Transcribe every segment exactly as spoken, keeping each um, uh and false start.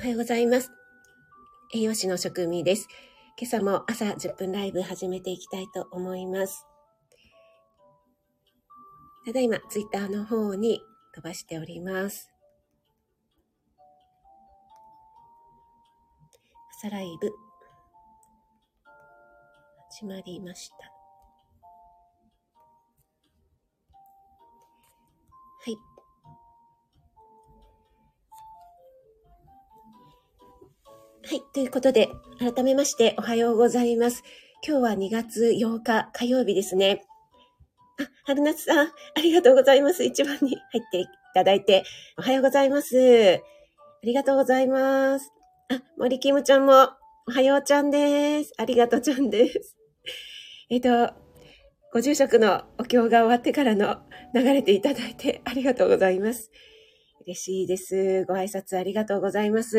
おはようございます。栄養士の食味です。今朝も朝じゅっぷんライブ始めていきたいと思います。ただいまツイッターの方に飛ばしております。朝ライブ始まりました。はい。はい。ということで、改めましておはようございます。今日はにがつようか火曜日ですね。あ、春夏さん、ありがとうございます。一番に入っていただいて、おはようございます。ありがとうございます。あ、森キムちゃんも、おはようちゃんです。ありがとうちゃんです。えっと、ご住職のお経が終わってからの流れていただいてありがとうございます。嬉しいです。ご挨拶ありがとうございます。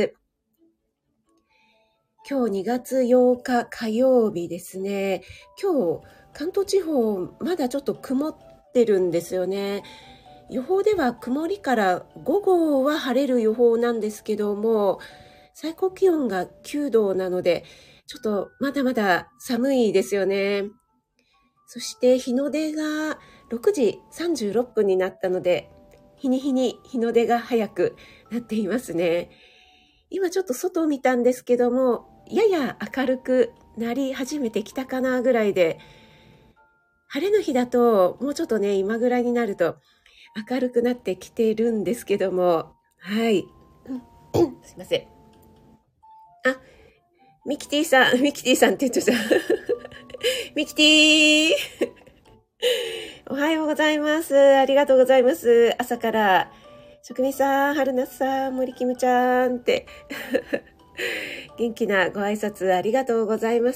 今日にがつようか火曜日ですね。今日関東地方まだちょっと曇ってるんですよね。予報では曇りから午後は晴れる予報なんですけども、最高気温がきゅうどなので、ちょっとまだまだ寒いですよね。そして日の出がろくじさんじゅうろっぷんになったので、日に日に日の出が早くなっていますね。今ちょっと外を見たんですけども、やや明るくなり始めてきたかなぐらいで、晴れの日だともうちょっとね、今ぐらいになると明るくなってきているんですけども、はい。すいません。あ、ミキティさん、ミキティさんって言っちゃった。ミキティおはようございます。ありがとうございます。朝から、職人さん、春夏さん、森キムちゃんって、元気なご挨拶ありがとうございます。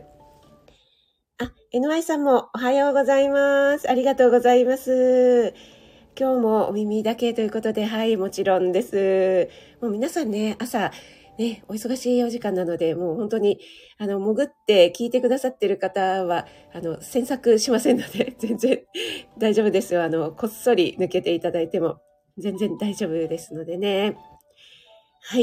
あ、エヌワイ さんもおはようございます。ありがとうございます。今日もお耳だけということで、はい、もちろんです。もう皆さんね、朝、ね、お忙しいお時間なので、もう本当に、あの、潜って聞いてくださっている方は、あの、詮索しませんので、全然大丈夫ですよ。あの、こっそり抜けていただいても、全然大丈夫ですのでね。はい。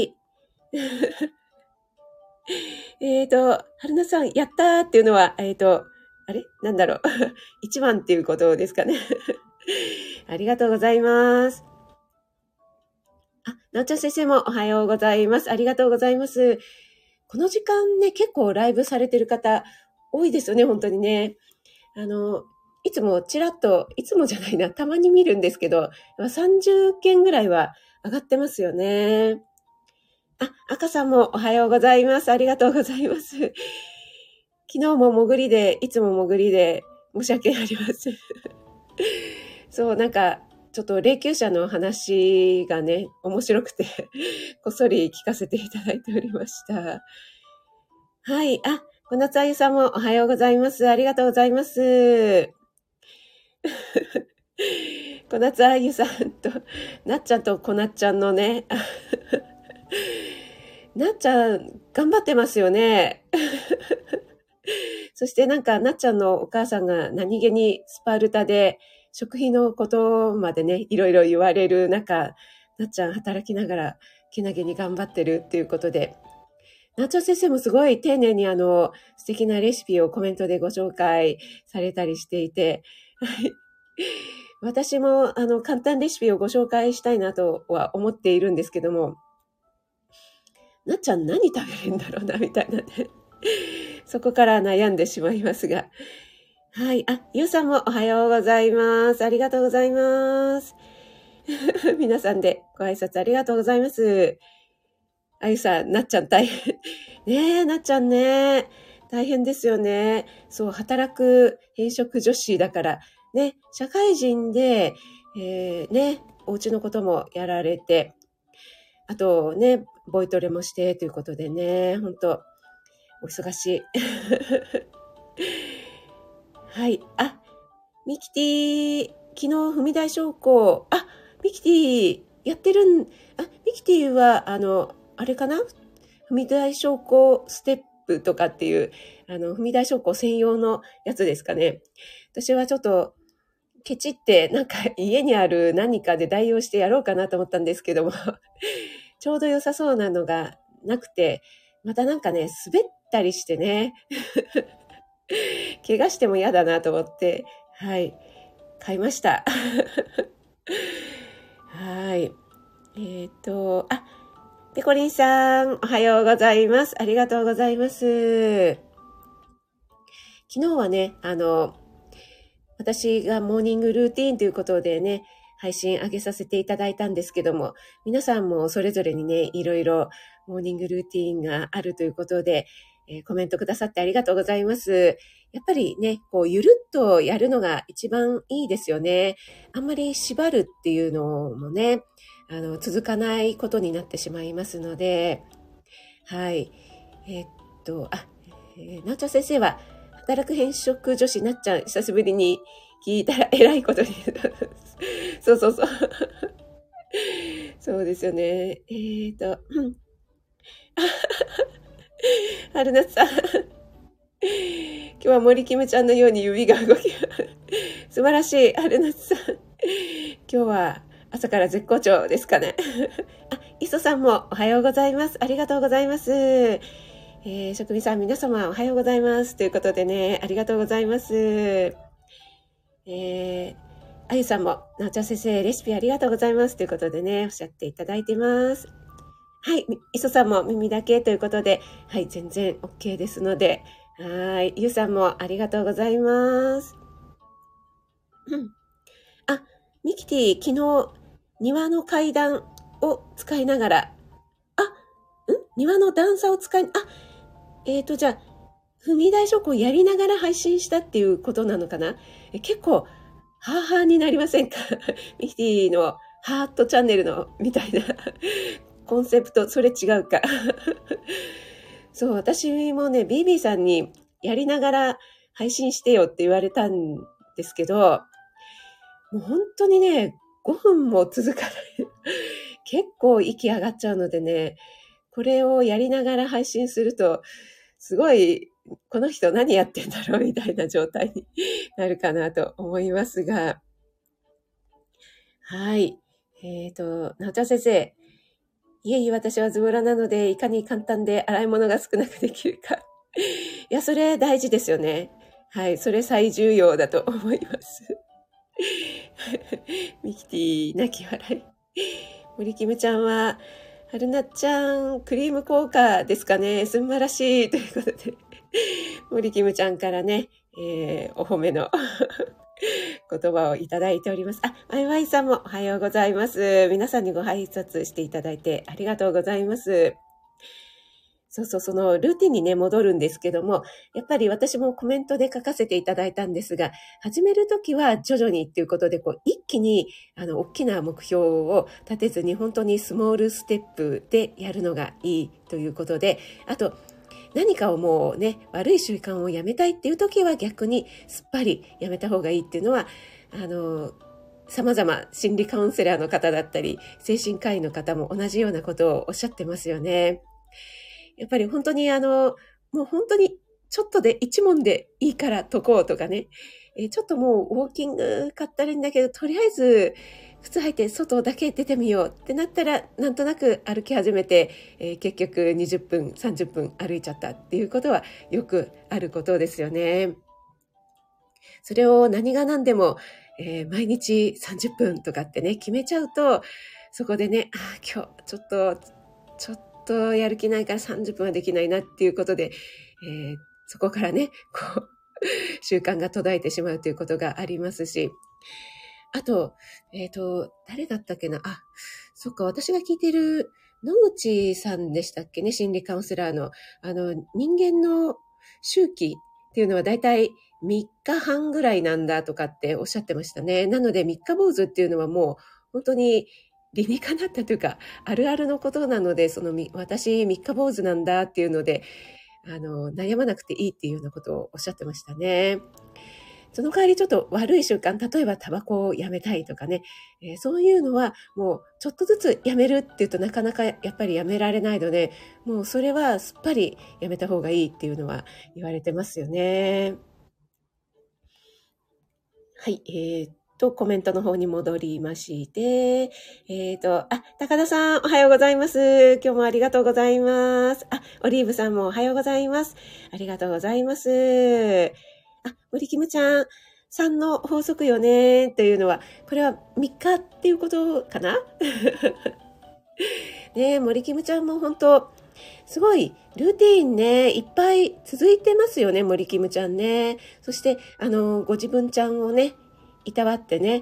えっと、春菜さん、やったーっていうのは、えっと、あれなんだろう。一番っていうことですかね。ありがとうございます。あ、なおちゃん先生もおはようございます。ありがとうございます。この時間ね、結構ライブされてる方多いですよね、本当にね。あの、いつもちらっと、いつもじゃないな、たまに見るんですけど、さんじゅっけんぐらいは上がってますよね。あ、赤さんもおはようございます。ありがとうございます。昨日も潜りで、いつも潜りで申し訳ありません。そう、なんか、ちょっと霊柩車の話がね、面白くて、こっそり聞かせていただいておりました。はい。あ、小夏あゆさんもおはようございます。ありがとうございます。小夏あゆさんと、なっちゃんとこなっちゃんのね、なっちゃん、頑張ってますよね。そしてなんか、なっちゃんのお母さんが何気にスパルタで、食費のことまでね、いろいろ言われる中、なっちゃん働きながら、けなげに頑張ってるっていうことで、なっちゃん先生もすごい丁寧にあの、素敵なレシピをコメントでご紹介されたりしていて、私もあの、簡単レシピをご紹介したいなとは思っているんですけども、なっちゃん何食べるんだろうな、みたいなね。そこから悩んでしまいますが。はい。あ、ゆうさんもおはようございます。ありがとうございます。皆さんでご挨拶ありがとうございます。あゆさん、なっちゃん大変。ねえ、なっちゃんね。大変ですよね。そう、働く偏食女子だから、ね、社会人で、えー、ね、お家のこともやられて、あとね、ボイトレもしてということでね、本当お忙しい。はい。あ、ミキティ、昨日踏み台昇降。あ、ミキティ、やってるん、あ、ミキティは、あの、あれかな踏み台昇降ステップとかっていう、あの、踏み台昇降専用のやつですかね。私はちょっと、ケチって、なんか家にある何かで代用してやろうかなと思ったんですけども、 ちょうど良さそうなのがなくて、またなんかね、滑ったりしてね、怪我しても嫌だなと思って、はい、買いました。はい。えっ、と、あ、ペコリンさん、おはようございます。ありがとうございます。昨日はね、あの、私がモーニングルーティーンということでね、配信上げさせていただいたんですけども、皆さんもそれぞれにね、いろいろモーニングルーティーンがあるということで、えーコメントくださってありがとうございます。やっぱりね、こう、ゆるっとやるのが一番いいですよね。あんまり縛るっていうのもね、あの、続かないことになってしまいますので、はい。えーっと、あ、えー、なおちゃん先生は、働く偏食女子なっちゃん、久しぶりに聞いたら偉いことに。そうそうそう。そうですよね。えーと、うん。春夏さん。今日は森キムちゃんのように指が動き、素晴らしい。春夏さん。今日は朝から絶好調ですかね。あ、磯さんもおはようございます。ありがとうございます。えー、職人さん皆様おはようございます。ということでね、ありがとうございます。えー、あゆさんも、なおちゃん先生、レシピありがとうございます。ということでね、おっしゃっていただいてます。はい、磯さんも耳だけということで、はい、全然 OK ですので、はい、ゆうさんもありがとうございます。うん。あ、ミキティ、昨日、庭の階段を使いながら、あ、ん庭の段差を使い、あ、えーと、じゃあ、踏み台昇降やりながら配信したっていうことなのかな。え結構、ハーハーになりませんか？ミキティのハートチャンネルのみたいなコンセプト、それ違うか。そう、私もね、ビービーさんにやりながら配信してよって言われたんですけど、もう本当にね、ごふんも続かない。結構息上がっちゃうのでね、これをやりながら配信すると、すごい、この人何やってんだろうみたいな状態になるかなと思いますが、はい。えっ、と、なおちゃん先生、いえいえ、私はズボラなので、いかに簡単で洗い物が少なくできるか。いや、それ大事ですよね。はい。それ最重要だと思います。ミキティ、泣き笑い。森キムちゃんは、春菜ちゃん、クリーム効果ですかね。すんばらしい。ということで、森キムちゃんからね、えー、お褒めの言葉をいただいております。あ、ワイワイさんもおはようございます。皆さんにご挨拶していただいてありがとうございます。そうそう、そのルーティンにね、戻るんですけども、やっぱり私もコメントで書かせていただいたんですが、始めるときは徐々にっていうことで、こう、一気に、あの、大きな目標を立てずに、本当にスモールステップでやるのがいいということで、あと、何かをもうね、悪い習慣をやめたいっていう時は逆にすっぱりやめた方がいいっていうのは、あの、様々心理カウンセラーの方だったり、精神科医の方も同じようなことをおっしゃってますよね。やっぱり本当にあの、もう本当にちょっとで一問でいいから解こうとかね、えーちょっともうウォーキング買ったらいいんだけど、とりあえず靴履いて外だけ出てみようってなったら、なんとなく歩き始めて、えー結局にじゅっぷん、さんじゅっぷん歩いちゃったっていうことはよくあることですよね。それを何が何でも、えー毎日さんじゅっぷんとかってね、決めちゃうと、そこでね、あー今日ちょっと、ちょっとやる気ないからさんじゅっぷんはできないなっていうことで、えーそこからね、こう、習慣が途絶えてしまうということがありますし、あと、えっ、と、誰だったっけなあ、そっか、私が聞いてる野口さんでしたっけね、心理カウンセラーの。あの、人間の周期っていうのはだいたいみっかはんぐらいなんだとかっておっしゃってましたね。なので、三日坊主っていうのはもう本当に理にかなったというか、あるあるのことなので、そのみ、私三日坊主なんだっていうので、あの、悩まなくていいっていうようなことをおっしゃってましたね。その代わりちょっと悪い習慣、例えばタバコをやめたいとかね、えーそういうのはもうちょっとずつやめるっていうとなかなかやっぱりやめられないので、もうそれはすっぱりやめた方がいいっていうのは言われてますよね。はい、えーっとコメントの方に戻りまして、えっ、と、あ、高田さんおはようございます。今日もありがとうございます。あ、オリーブさんもおはようございます。ありがとうございます。あ、森キムちゃん、さんの法則よねっていうのは、これはみっかっていうことかなねえ、森キムちゃんも本当すごいルーティーンね、いっぱい続いてますよね、森キムちゃんね。そして、あの、ご自分ちゃんをね、いたわってね。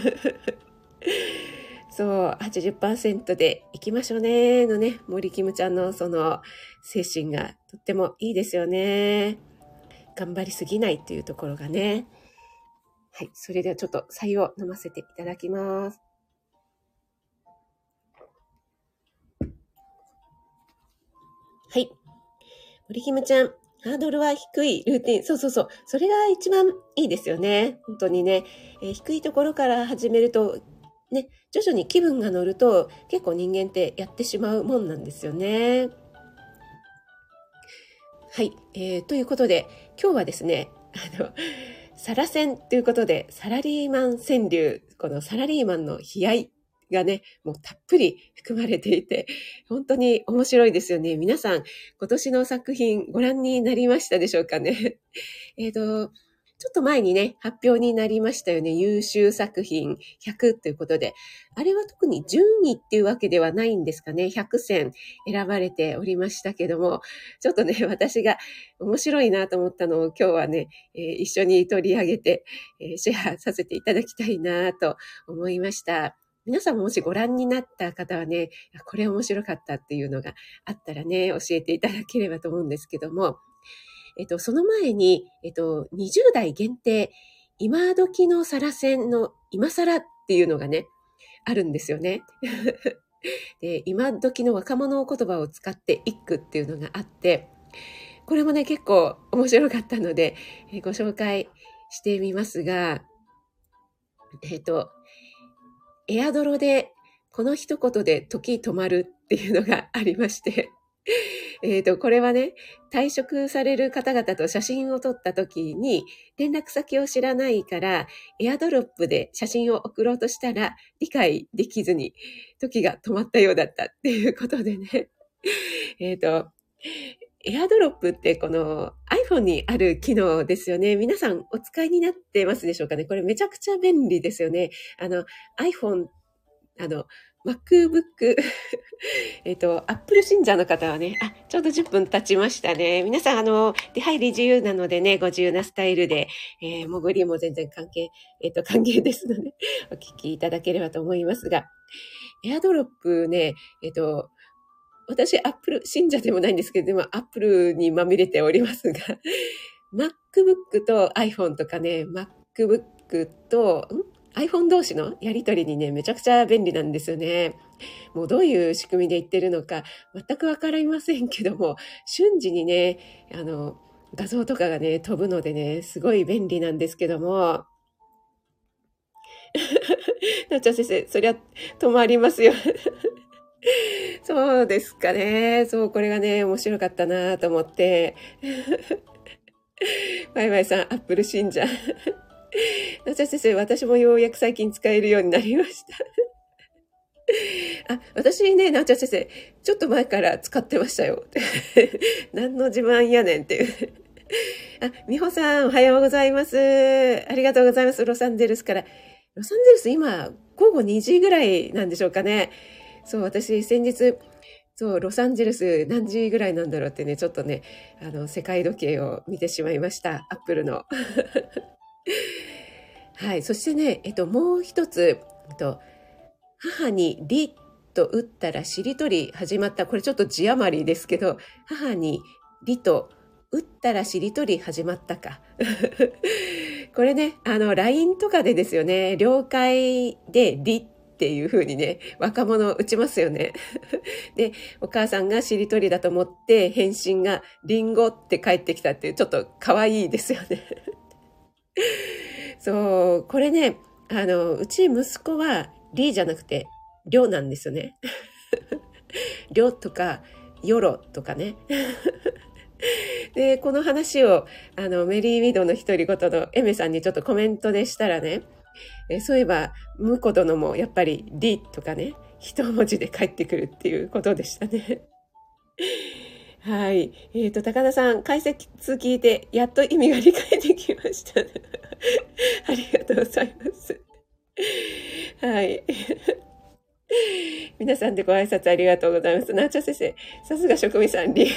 そう、はちじゅっパーセント でいきましょうね、のね、森キムちゃんのその精神がとってもいいですよね。頑張りすぎないっていうところがね。はい、それではちょっと白湯を飲ませていただきます。はい。森キムちゃん、ハードルは低いルーティン。そうそうそう。それが一番いいですよね。本当にね。えー、低いところから始めると、ね、徐々に気分が乗ると、結構人間ってやってしまうもんなんですよね。はい。えー、ということで、今日はですね、あの、サラセンということで、サラリーマン川柳、このサラリーマンの悲哀がね、もうたっぷり含まれていて、本当に面白いですよね。皆さん、今年の作品ご覧になりましたでしょうかね。えっと、ちょっと前にね、発表になりましたよね。優秀作品ひゃくということで。あれは特に順位っていうわけではないんですかね。ひゃく選選ばれておりましたけども、ちょっとね、私が面白いなと思ったのを今日はね、えー一緒に取り上げて、えーシェアさせていただきたいなと思いました。皆さんももしご覧になった方はね、これ面白かったっていうのがあったらね、教えていただければと思うんですけども、えっと、その前に、えっと、にじゅう代限定、今時のサラセンの今更っていうのがね、あるんですよね。で、今時の若者言葉を使って一句っていうのがあって、これもね、結構面白かったので、えーご紹介してみますが、えっと、エアドロでこの一言で時止まるっていうのがありまして、えっと、これはね、退職される方々と写真を撮った時に、連絡先を知らないから、エアドロップで写真を送ろうとしたら、理解できずに、時が止まったようだったっていうことでね。えっと、エアドロップってこの iPhone にある機能ですよね。皆さんお使いになってますでしょうかね。これめちゃくちゃ便利ですよね。あの iPhone、あの MacBook えっと、Apple 信者の方はね、あ、ちょうどじゅっぷん経ちましたね。皆さん、あの、出入り自由なのでね、ご自由なスタイルで、えー、潜りも全然関係、えっと、歓迎ですので、お聞きいただければと思いますが、エアドロップね、えっと、私、Apple 信者でもないんですけど、でも Apple にまみれておりますが、MacBook と iPhone とかね、MacBook と、んiPhone 同士のやりとりにね、めちゃくちゃ便利なんですよね。もうどういう仕組みで言ってるのか全くわかりませんけども、瞬時にね、あの、画像とかがね、飛ぶのでね、すごい便利なんですけども、なっちゃん先生、そりゃ止まりますよ。そうですかね。そう、これがね、面白かったなと思って。バイバイさん、アップル信者。なっちゃん先生、私もようやく最近使えるようになりました。あ、私ね、なっちゃん先生、ちょっと前から使ってましたよ。何の自慢やねんっていう。あ、みほさん、おはようございます。ありがとうございます。ロサンゼルスから。ロサンゼルス今、午後にじぐらいなんでしょうかね。そう、私、先日、そう、ロサンゼルス何時ぐらいなんだろうってね、ちょっとね、あの、世界時計を見てしまいました。アップルの。はい。そしてね、えっと、もう一つ、えっと、母にリと打ったらしりとり始まった。これちょっと字余りですけど、母にリと打ったらしりとり始まったか。これね、あの、ライン とかでですよね、了解でリっていう風にね、若者打ちますよね。で、お母さんがしりとりだと思って返信がリンゴって返ってきたっていう、ちょっと可愛いですよね。そう、これね、あの、うち息子はリじゃなくて、りょうなんですよね。りょうとか、よろとかね。で、この話を、あの、メリーウィドの独り言のエメさんにちょっとコメントでしたらね、 えそういえば、婿殿もやっぱりりとかね、一文字で返ってくるっていうことでしたね。はい。えっ、と、高田さん、解説聞いて、やっと意味が理解できました。ありがとうございます。はい。皆さんでご挨拶ありがとうございます。なーちゃん先生、さすが職味さん、リンゴ、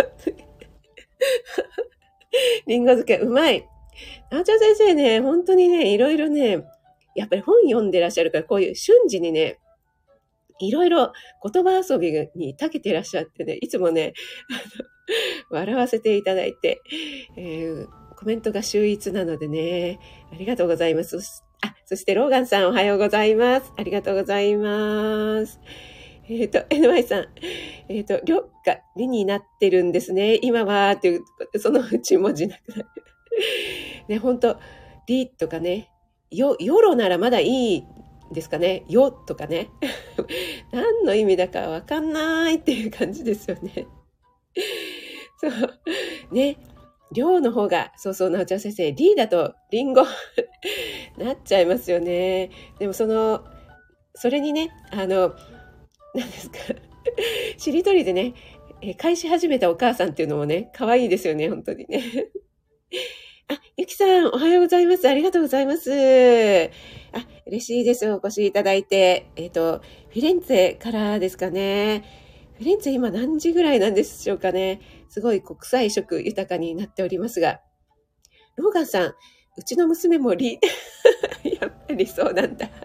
リンゴ漬け、うまい。なーちゃん先生ね、本当にね、いろいろね、やっぱり本読んでらっしゃるから、こういう瞬時にね、いろいろ言葉遊びに長けてらっしゃってね、いつもね、笑わせていただいて、えー、コメントが秀逸なのでね、ありがとうございます。あ、そしてローガンさんおはようございます。ありがとうございます。えっ、ー、と、エヌワイ さん、えっ、ー、と、りょがりになってるんですね。今は、っていう、そのうち文字なくなる。ね、ほんと、りとかね、よ、よろならまだいいですかね。よとかね。何の意味だかわかんないっていう感じですよね。そう。ね。りょうの方が、そうそう、なおちゃん先生、りだとりんごなっちゃいますよね。でもその、それにね、あの、何ですか。しりとりでね、え返し始めたお母さんっていうのもね、可愛いですよね、本当にね。あ、ゆきさん、おはようございます。ありがとうございます。あ、嬉しいです。お越しいただいて。えっ、ー、と、フィレンツェからですかね。フィレンツェ今何時ぐらいなんでしょうかね。すごい国際色豊かになっておりますが。ローガンさん、うちの娘もリ、やっぱりそうなんだ。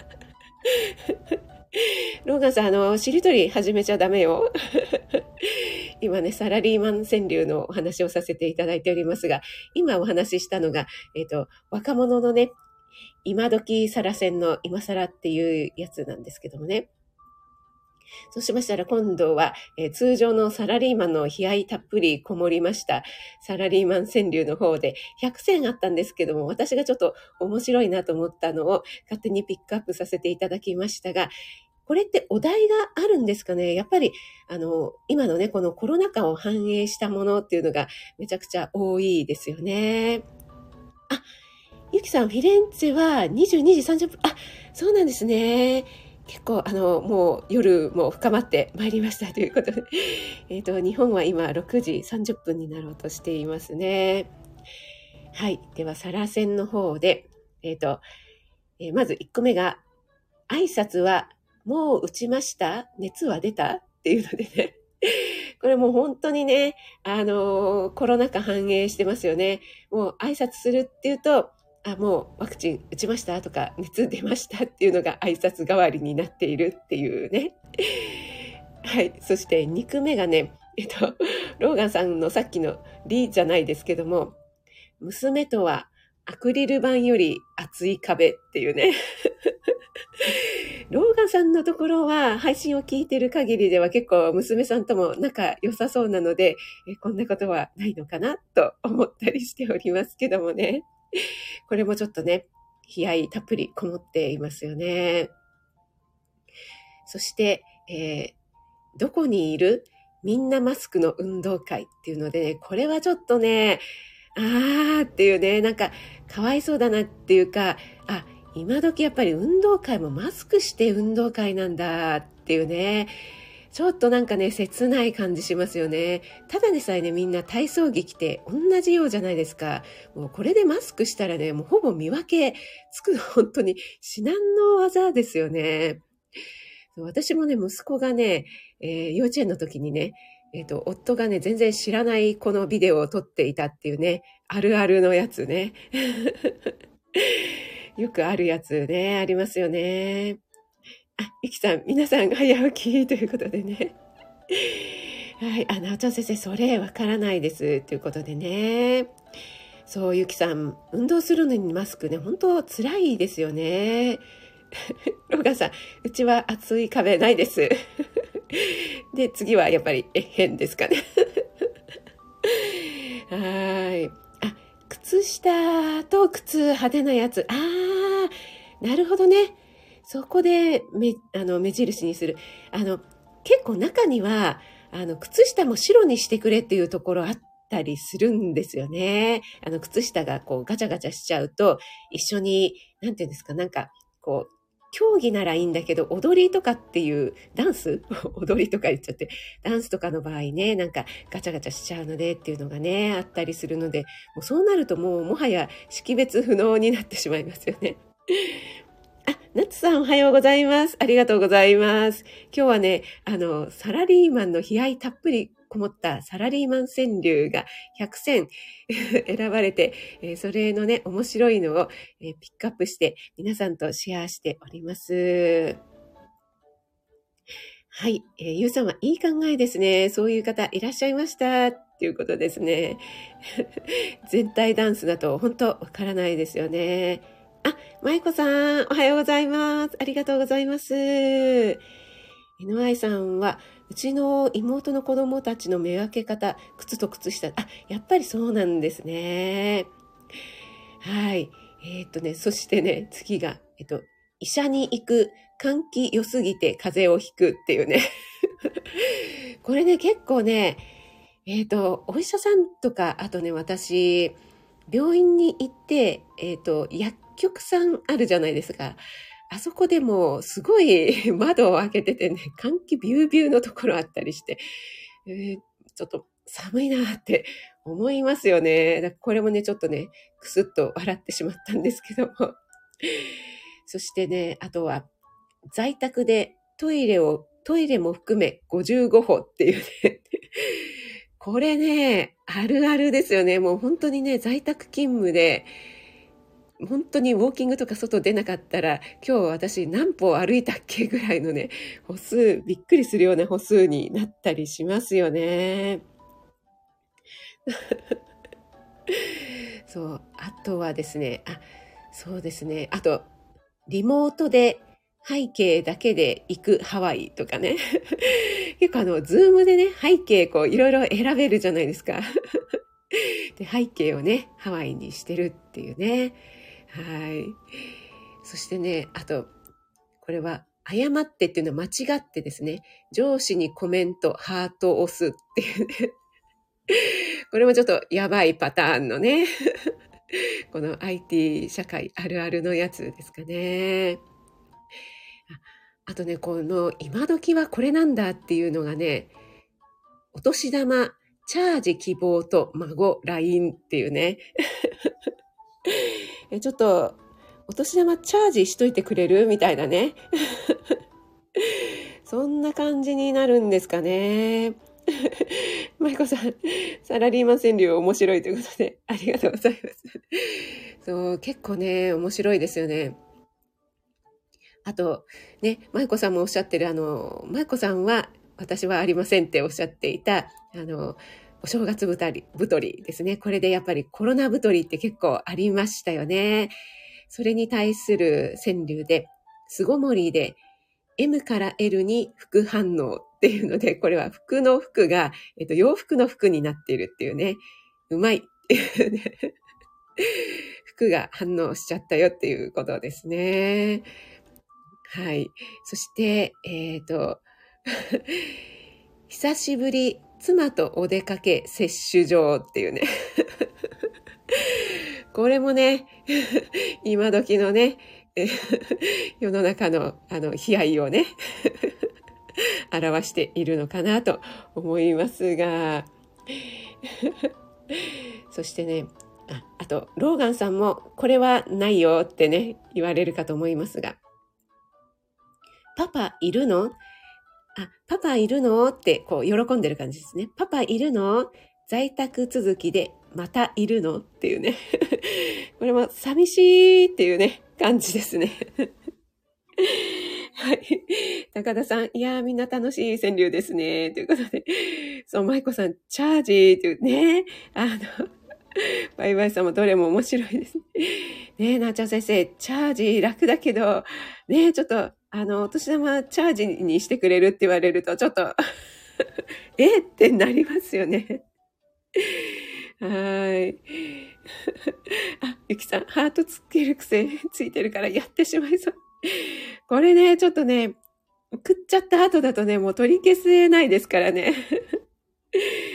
ローガンさん、あの、しりとり始めちゃダメよ。今ね、サラリーマン川柳のお話をさせていただいておりますが、今お話ししたのが、えっと、若者のね、今時サラセンの今更っていうやつなんですけどもね。そうしましたら今度は、えー、通常のサラリーマンの悲哀たっぷりこもりましたサラリーマン川柳の方でひゃくせんあったんですけども、私がちょっと面白いなと思ったのを勝手にピックアップさせていただきましたが、これってお題があるんですかね。やっぱり、あの、今のね、このコロナ禍を反映したものっていうのがめちゃくちゃ多いですよね。あ、ゆきさん、フィレンツェはにじゅうにじさんじゅっぷん。あ、そうなんですね。結構、あの、もう夜も深まってまいりましたということで。えっと、日本は今ろくじさんじゅっぷんになろうとしていますね。はい。では、サラセンの方で、えっと、えー、まずいっこめが、挨拶はもう打ちました？熱は出た？っていうのでね。これもう本当にね、あのー、コロナ禍反映してますよね。もう挨拶するっていうと、あ、もうワクチン打ちましたとか、熱出ましたっていうのが挨拶代わりになっているっていうね。はい。そしてにこめがね、えっと、ローガンさんのさっきのリじゃないですけども、娘とはアクリル板より厚い壁っていうね。ローガンさんのところは配信を聞いてる限りでは結構娘さんとも仲良さそうなので、えこんなことはないのかなと思ったりしておりますけどもね。これもちょっとね、悲哀たっぷりこもっていますよね。そして、えー、どこにいる？みんなマスクの運動会っていうので、ね、これはちょっとね、あーっていうね、なんかかわいそうだなっていうか、あ、今時やっぱり運動会もマスクして運動会なんだっていうね、ちょっとなんかね、切ない感じしますよね。ただでさえね、みんな体操着着て同じようじゃないですか。もうこれでマスクしたらね、もうほぼ見分けつくの本当に至難の技ですよね。私もね、息子がね、えー、幼稚園の時にね、えっと、夫がね、全然知らないこのビデオを撮っていたっていうね、あるあるのやつね。よくあるやつね、ありますよね。あ、ゆきさん、皆さん早起きということでね。はい、あ、なおちゃん先生、それわからないです。ということでね。そう、ゆきさん、運動するのにマスクね、本当辛いですよね。ローガンさん、うちは厚い壁ないです。で、次はやっぱり、え、変ですかね。はい。あ、靴下と靴派手なやつ。あー、なるほどね。そこで目、あの、目印にする。あの、結構中には、あの、靴下も白にしてくれっていうところあっったりするんですよね。あの、靴下がこうガチャガチャしちゃうと、一緒に、なんていうんですか、なんか、こう、競技ならいいんだけど、踊りとかっていう、ダンス踊りとか言っちゃって、ダンスとかの場合ね、なんかガチャガチャしちゃうのでっていうのがね、あったりするので、もうそうなるともうもはや識別不能になってしまいますよね。あ、ナッツさんおはようございます。ありがとうございます。今日はね、あの、サラリーマンの悲哀たっぷりこもったサラリーマン川柳がひゃくせん選ばれて、えーそれのね、面白いのを、えーピックアップして皆さんとシェアしております。はい、えーゆうさんはいい考えですね。そういう方いらっしゃいましたっていうことですね。全体ダンスだと本当わからないですよね。あ、まいこさん、おはようございます。ありがとうございます。エヌアイ さんは、うちの妹の子供たちの目分け方、靴と靴下、あ、やっぱりそうなんですね。はい。えーっとね、そしてね、次が、えっと、医者に行く、換気良すぎて風邪をひくっていうね。これね、結構ね、えーっと、お医者さんとか、あとね、私、病院に行って、えーっと、薬局さんあるじゃないですか。あそこでも、すごい窓を開けててね、換気ビュービューのところあったりして、えーちょっと寒いなって思いますよね。だからこれもね、ちょっとね、くすっと笑ってしまったんですけども。そしてね、あとは、在宅でトイレを、トイレも含めごじゅうごほっていうね。これね、あるあるですよね。もう本当にね、在宅勤務で、本当にウォーキングとか外出なかったら、今日私何歩歩いたっけぐらいのね、歩数、びっくりするような歩数になったりしますよね。そう。あとはですね、あ、そうですね。あと、リモートで背景だけで行くハワイとかね。結構あの、ズームでね、背景こういろいろ選べるじゃないですか。で、背景をね、ハワイにしてるっていうね。はい。そしてね、あと、これは、誤ってっていうのは間違ってですね、上司にコメント、ハートを押すっていうね。これもちょっとやばいパターンのね、この アイティー 社会あるあるのやつですかね。ああとね、この今時はこれなんだっていうのがね、お年玉、チャージ希望と孫 ライン っていうね。えちょっと、お年玉チャージしといてくれるみたいなね。そんな感じになるんですかね。マイコさん、サラリーマン川柳面白いということで、ありがとうございます。そう、結構ね、面白いですよね。あと、ね、マイコさんもおっしゃってる、あの、マイコさんは、私はありませんっておっしゃっていた、あの、お正月太り、太りですね。これでやっぱりコロナ太りって結構ありましたよね。それに対する川柳で、巣ごもりで エム から エル に副反応っていうので、これは服の服が、えっと、洋服の服になっているっていうね、うまいっていうね、服が反応しちゃったよっていうことですね。はい。そして、えっと、久しぶり、妻とお出かけ、接種場っていうね。これもね、今時のね、世の中のあの悲哀をね、表しているのかなと思いますが、そしてね、あ、あと、ローガンさんも、これはないよってね、言われるかと思いますが、パパいるの？あ、パパいるのってこう喜んでる感じですね。パパいるの？在宅続きでまたいるのっていうね。これも寂しいっていうね、感じですね。はい。高田さん、いやーみんな楽しい川柳ですね。ということで、そう、舞子さん、チャージーっていうね、あの、バイバイさんもどれも面白いですね。ねえ、なーちゃん先生、チャージ楽だけど、ねえ、ちょっと、あの、お年玉チャージにしてくれるって言われると、ちょっと、えってなりますよね。はーい。あ、ゆきさん、ハートつける癖ついてるからやってしまいそう。これね、ちょっとね、食っちゃった後だとね、もう取り消せないですからね。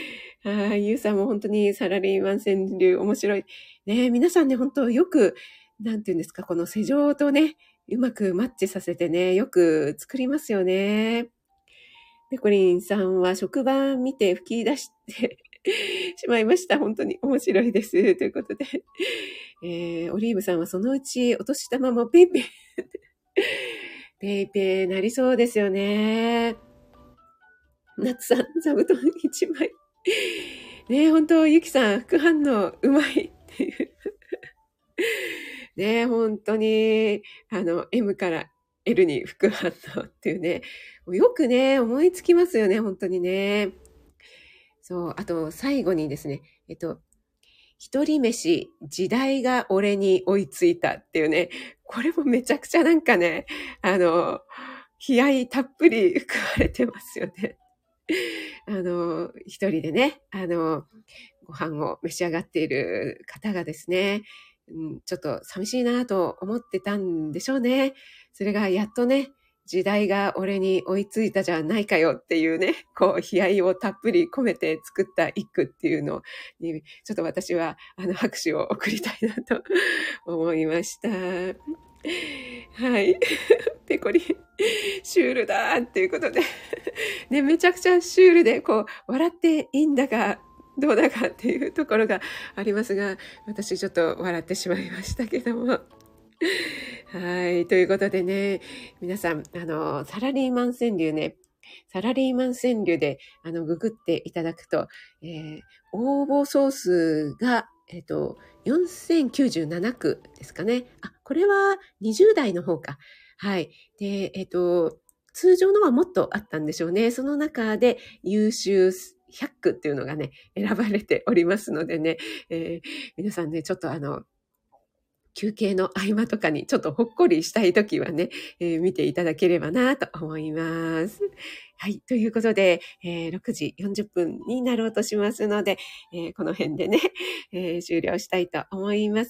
はい、ゆうさんも本当にサラリーマン川柳面白い。ね、皆さんね、本当よく、なんていうんですか、この世情とね、うまくマッチさせてね、よく作りますよね。ペコリンさんは職場見て吹き出してしまいました。本当に面白いです。ということで。えー、オリーブさんはそのうちお年玉もペイペイペイペイなりそうですよね。夏さん、座布団一枚。ねえ、本当ゆきさん、副反応うまいっていう。ねえ、本当に、あの、M から L に副反応っていうね。よくね、思いつきますよね、本当にね。そう、あと、最後にですね、えっと、一人飯、時代が俺に追いついたっていうね、これもめちゃくちゃなんかね、あの、悲哀たっぷり含まれてますよね。あの、一人でね、あの、ご飯を召し上がっている方がですね、うん、ちょっと寂しいなと思ってたんでしょうね。それがやっとね、時代が俺に追いついたじゃないかよっていうね、こう、悲哀をたっぷり込めて作った一句っていうのに、ちょっと私は、あの、拍手を送りたいなと思いました。はい。ペコリン、シュールだっていうことで。ね、めちゃくちゃシュールで、こう、笑っていいんだか、どうだかっていうところがありますが、私ちょっと笑ってしまいましたけども。はい。ということでね、皆さん、あの、サラリーマン川柳ね、サラリーマン川柳で、あの、ググっていただくと、えー、応募総数が、えっと、よんせんきゅうじゅうなな句ですかね。あ、これはにじゅう代の方か。はい。で、えっと、通常のはもっとあったんでしょうね。その中で優秀ひゃく句っていうのがね、選ばれておりますのでね、えー、皆さんね、ちょっとあの、休憩の合間とかにちょっとほっこりしたいときはね、えー、見ていただければなと思います。はい。ということで、えー、ろくじよんじゅっぷんになろうとしますので、えー、この辺でね、えー、終了したいと思います。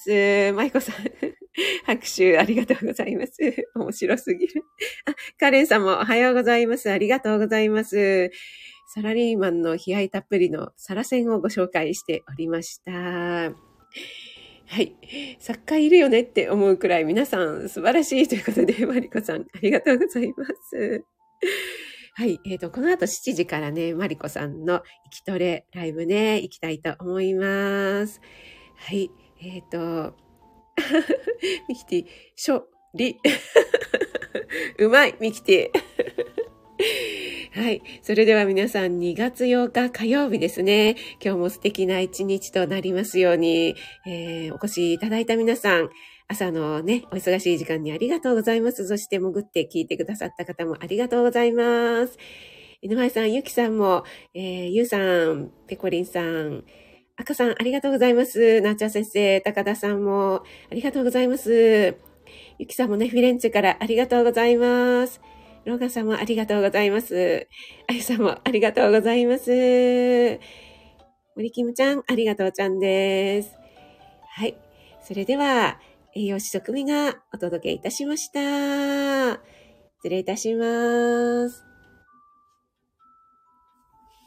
舞子さん、拍手ありがとうございます。面白すぎる。あ、カレンさんもおはようございます。ありがとうございます。サラリーマンの悲哀たっぷりのサラセンをご紹介しておりました。はい。作家いるよねって思うくらい皆さん素晴らしいということで、マリコさんありがとうございます。はい。えっ、ー、と、この後しちじからね、マリコさんの生きトレライブね、行きたいと思います。はい。えっ、ー、と、ミキティ、処理。うまい、ミキティ。はい。それでは皆さんにがつようか火曜日ですね。今日も素敵な一日となりますように、えー、お越しいただいた皆さん、朝のね、お忙しい時間にありがとうございます。そして潜って聞いてくださった方もありがとうございます。井上さん、ゆきさんも、えー、ゆうさん、ペコリンさん、赤さん、ありがとうございます。なっちゃん先生、高田さんも、ありがとうございます。ゆきさんもね、フィレンツェからありがとうございます。ローガンさんもありがとうございます。あゆさんもありがとうございます。森キムちゃん、ありがとうちゃんです。はい。それでは、栄養士食味がお届けいたしました。失礼いたします。